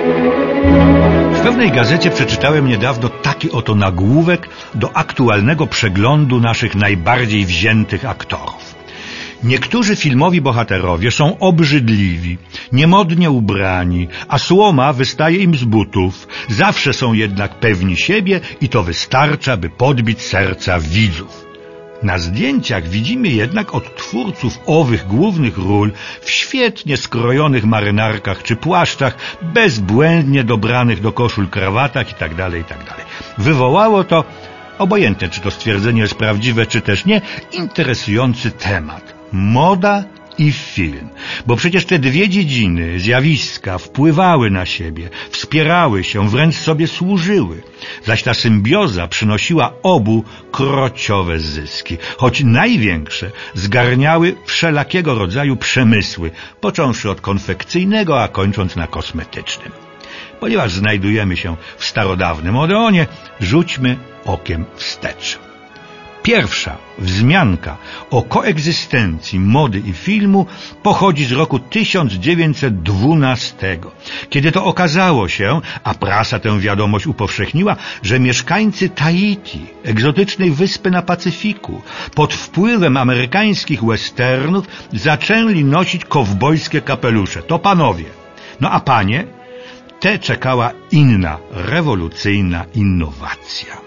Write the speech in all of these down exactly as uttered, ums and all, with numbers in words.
W pewnej gazecie przeczytałem niedawno taki oto nagłówek do aktualnego przeglądu naszych najbardziej wziętych aktorów. Niektórzy filmowi bohaterowie są obrzydliwi, niemodnie ubrani, a słoma wystaje im z butów. Zawsze są jednak pewni siebie i to wystarcza, by podbić serca widzów. Na zdjęciach widzimy jednak od twórców owych głównych ról w świetnie skrojonych marynarkach czy płaszczach, bezbłędnie dobranych do koszul krawatach itd., itd. Wywołało to, obojętnie czy to stwierdzenie jest prawdziwe czy też nie, interesujący temat. Moda i film. Bo przecież te dwie dziedziny, zjawiska wpływały na siebie, wspierały się, wręcz sobie służyły. Zaś ta symbioza przynosiła obu krociowe zyski, choć największe zgarniały wszelakiego rodzaju przemysły, począwszy od konfekcyjnego, a kończąc na kosmetycznym. Ponieważ znajdujemy się w starodawnym Odeonie, rzućmy okiem wstecz. Pierwsza wzmianka o koegzystencji mody i filmu pochodzi z roku tysiąc dziewięćset dwunastego, kiedy to okazało się, a prasa tę wiadomość upowszechniła, że mieszkańcy Tahiti, egzotycznej wyspy na Pacyfiku, pod wpływem amerykańskich westernów zaczęli nosić kowbojskie kapelusze. To panowie. No a panie? Te czekała inna, rewolucyjna innowacja.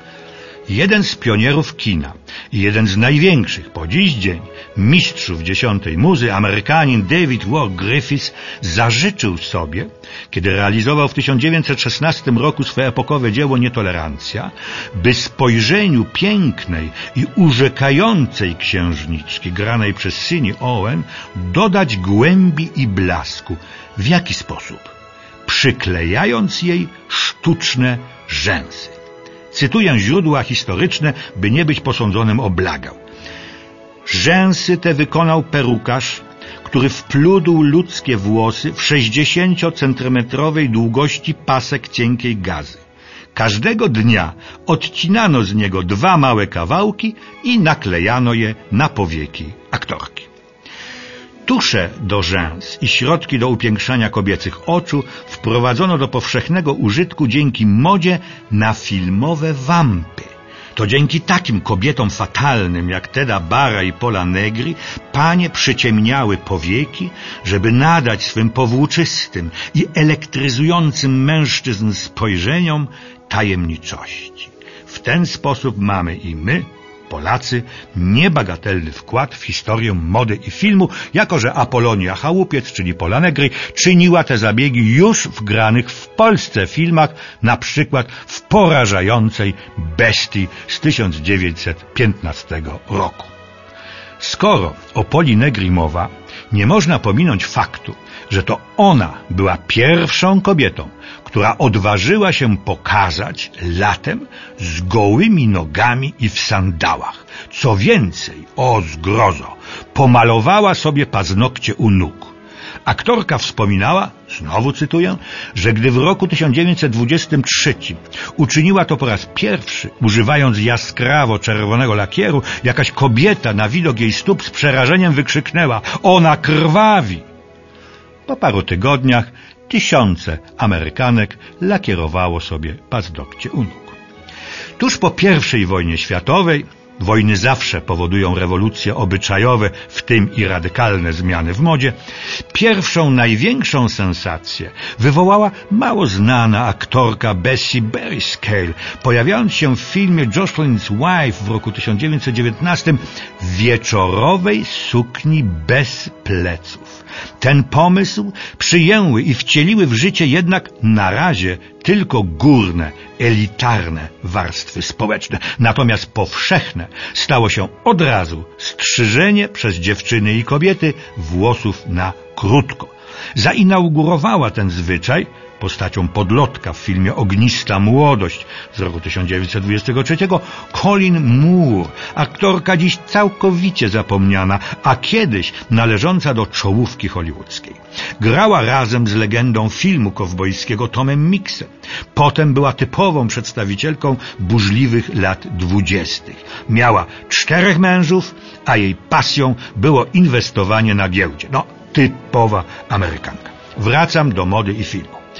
Jeden z pionierów kina i jeden z największych po dziś dzień mistrzów dziesiątej muzy, Amerykanin David Wark Griffiths, zażyczył sobie, kiedy realizował w tysiąc dziewięćset szesnastym roku swe epokowe dzieło Nietolerancja, by spojrzeniu pięknej i urzekającej księżniczki granej przez Cindy Owen dodać głębi i blasku. W jaki sposób? Przyklejając jej sztuczne rzęsy. Cytuję źródła historyczne, by nie być posądzonym o blagę. Rzęsy te wykonał perukarz, który wplódł ludzkie włosy w sześćdziesięciocentymetrowej długości pasek cienkiej gazy. Każdego dnia odcinano z niego dwa małe kawałki i naklejano je na powieki aktorki. Tusze do rzęs i środki do upiększania kobiecych oczu wprowadzono do powszechnego użytku dzięki modzie na filmowe wampy. To dzięki takim kobietom fatalnym jak Teda Bara i Paula Negri panie przyciemniały powieki, żeby nadać swym powłóczystym i elektryzującym mężczyzn spojrzeniom tajemniczości. W ten sposób mamy i my, Polacy, niebagatelny wkład w historię mody i filmu, jako że Apolonia Chałupiec, czyli Paula Negri, czyniła te zabiegi już w granych w Polsce filmach, na przykład w porażającej Bestii z tysiąc dziewięćset piętnastego roku. Skoro o Poli Negri mowa, nie można pominąć faktu, że to ona była pierwszą kobietą, która odważyła się pokazać latem z gołymi nogami i w sandałach. Co więcej, o zgrozo, pomalowała sobie paznokcie u nóg. Aktorka wspominała, znowu cytuję, że gdy w roku tysiąc dziewięćset dwudziestym trzecim uczyniła to po raz pierwszy, używając jaskrawo czerwonego lakieru, jakaś kobieta na widok jej stóp z przerażeniem wykrzyknęła: ona krwawi! Po paru tygodniach tysiące Amerykanek lakierowało sobie paznokcie u nóg. Tuż po pierwszej wojnie światowej, wojny zawsze powodują rewolucje obyczajowe, w tym i radykalne zmiany w modzie, pierwszą największą sensację wywołała mało znana aktorka Bessie Berryscale, pojawiając się w filmie Jocelyn's Wife w roku tysiąc dziewięćset dziewiętnastym w wieczorowej sukni bez pleców. Ten pomysł przyjęły i wcieliły w życie jednak na razie tylko górne, elitarne warstwy społeczne. Natomiast powszechne stało się od razu strzyżenie przez dziewczyny i kobiety włosów na krótko. Zainaugurowała ten zwyczaj postacią podlotka w filmie Ognista młodość z roku tysiąc dziewięćset dwudziestego trzeciego Colleen Moore, aktorka dziś całkowicie zapomniana, a kiedyś należąca do czołówki hollywoodzkiej. Grała razem z legendą filmu kowbojskiego Tomem Mixem. Potem była typową przedstawicielką burzliwych lat dwudziestych. Miała czterech mężów, a jej pasją było inwestowanie na giełdzie. No, typowa Amerykanka. Wracam do mody i filmu.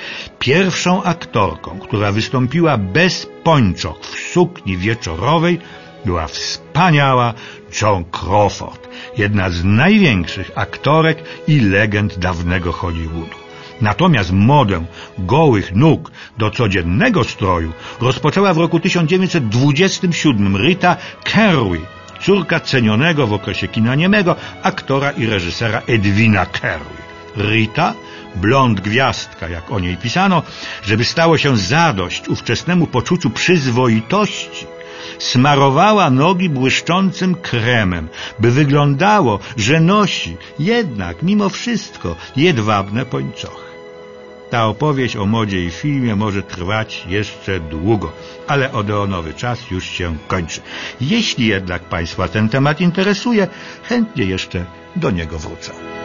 Pierwszą aktorką, która wystąpiła bez pończoch w sukni wieczorowej, była wspaniała Joan Crawford, jedna z największych aktorek i legend dawnego Hollywoodu. Natomiast modę gołych nóg do codziennego stroju rozpoczęła w roku tysiąc dziewięćset dwudziestym siódmym Rita Kerry, córka cenionego w okresie kina niemego aktora i reżysera Edwina Kerry. Rita, blond gwiazdka, jak o niej pisano, żeby stało się zadość ówczesnemu poczuciu przyzwoitości, smarowała nogi błyszczącym kremem, by wyglądało, że nosi jednak mimo wszystko jedwabne pończochy. Ta opowieść o modzie i filmie może trwać jeszcze długo, ale odeonowy czas już się kończy. Jeśli jednak Państwa ten temat interesuje, chętnie jeszcze do niego wrócę.